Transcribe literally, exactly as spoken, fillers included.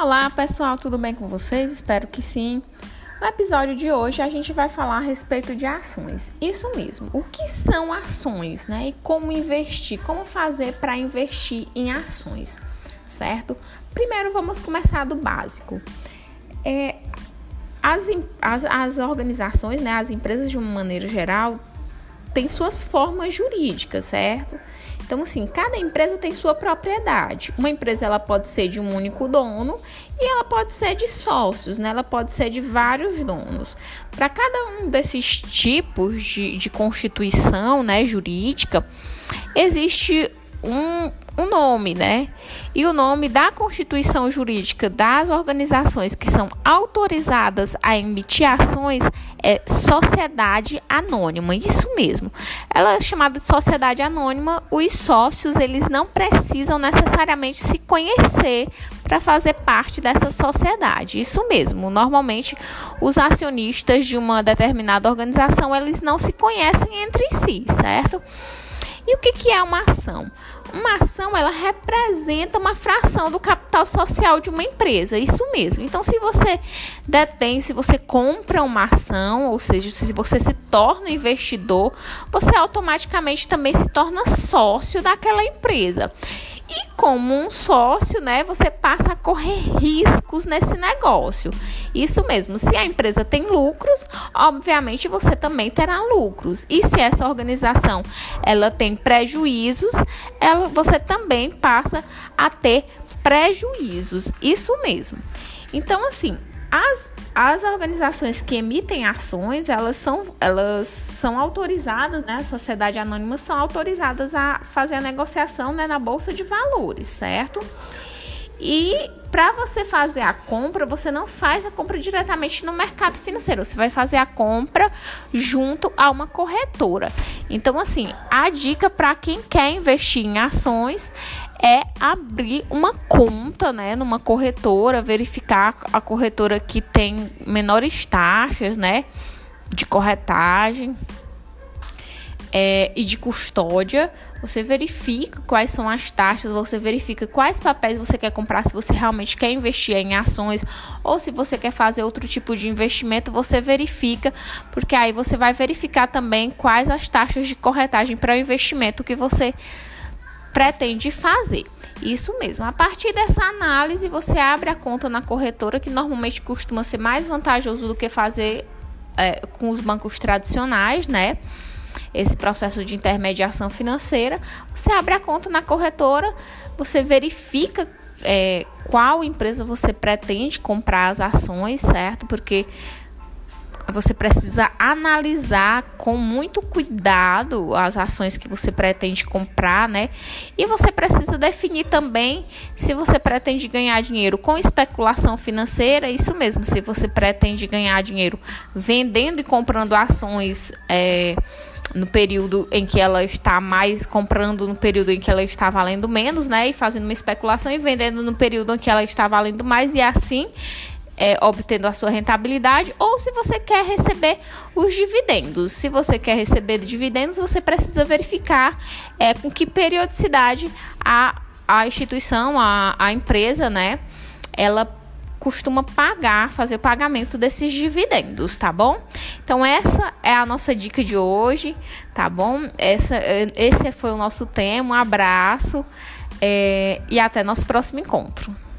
Olá pessoal, tudo bem com vocês? Espero que sim. No episódio de hoje a gente vai falar a respeito de ações. Isso mesmo, o que são ações, né? E como investir, como fazer para investir em ações, certo? Primeiro vamos começar do básico. É, as, as, as organizações, né, as empresas de uma maneira geral, têm suas formas jurídicas, certo? Então, assim, cada empresa tem sua propriedade. Uma empresa, ela pode ser de um único dono e ela pode ser de sócios, né? Ela pode ser de vários donos. Para cada um desses tipos de, de constituição, né, jurídica, existe um, um nome, né? E o nome da constituição jurídica das organizações que são autorizadas a emitir ações é sociedade anônima, isso mesmo. Ela é chamada de sociedade anônima. Os sócios, eles não precisam necessariamente se conhecer para fazer parte dessa sociedade, isso mesmo. Normalmente, os acionistas de uma determinada organização, eles não se conhecem entre si, certo? E o que, que é uma ação? Uma ação, ela representa uma fração do capital social de uma empresa, isso mesmo. Então, se você detém, se você compra uma ação, ou seja, se você se torna investidor, você automaticamente também se torna sócio daquela empresa. E como um sócio, né, você passa a correr riscos nesse negócio. Isso mesmo, se a empresa tem lucros, obviamente você também terá lucros. E se essa organização ela tem prejuízos, ela, você também passa a ter prejuízos. Isso mesmo. Então, assim, As, as organizações que emitem ações, elas são, elas são autorizadas, né? A sociedade anônima são autorizadas a fazer a negociação, né, na Bolsa de Valores, certo? E para você fazer a compra, você não faz a compra diretamente no mercado financeiro, você vai fazer a compra junto a uma corretora. Então, assim, a dica para quem quer investir em ações é abrir uma conta, né, numa corretora, verificar a corretora que tem menores taxas, né, de corretagem é, e de custódia. Você verifica quais são as taxas, você verifica quais papéis você quer comprar, se você realmente quer investir em ações ou se você quer fazer outro tipo de investimento, você verifica, porque aí você vai verificar também quais as taxas de corretagem para o investimento que você pretende fazer. Isso mesmo. A partir dessa análise, você abre a conta na corretora, que normalmente costuma ser mais vantajoso do que fazer é, com os bancos tradicionais, né? Esse processo de intermediação financeira. Você abre a conta na corretora, você verifica é, qual empresa você pretende comprar as ações, certo? Porque você precisa analisar com muito cuidado as ações que você pretende comprar, né? E você precisa definir também se você pretende ganhar dinheiro com especulação financeira, isso mesmo, se você pretende ganhar dinheiro vendendo e comprando ações é, no período em que ela está mais, comprando no período em que ela está valendo menos, né? E fazendo uma especulação e vendendo no período em que ela está valendo mais, e assim É, obtendo a sua rentabilidade, ou se você quer receber os dividendos. Se você quer receber dividendos, você precisa verificar é, com que periodicidade a, a instituição, a, a empresa, né, ela costuma pagar, fazer o pagamento desses dividendos, tá bom? Então, essa é a nossa dica de hoje, tá bom? Essa, esse foi o nosso tema. Um abraço é, e até nosso próximo encontro.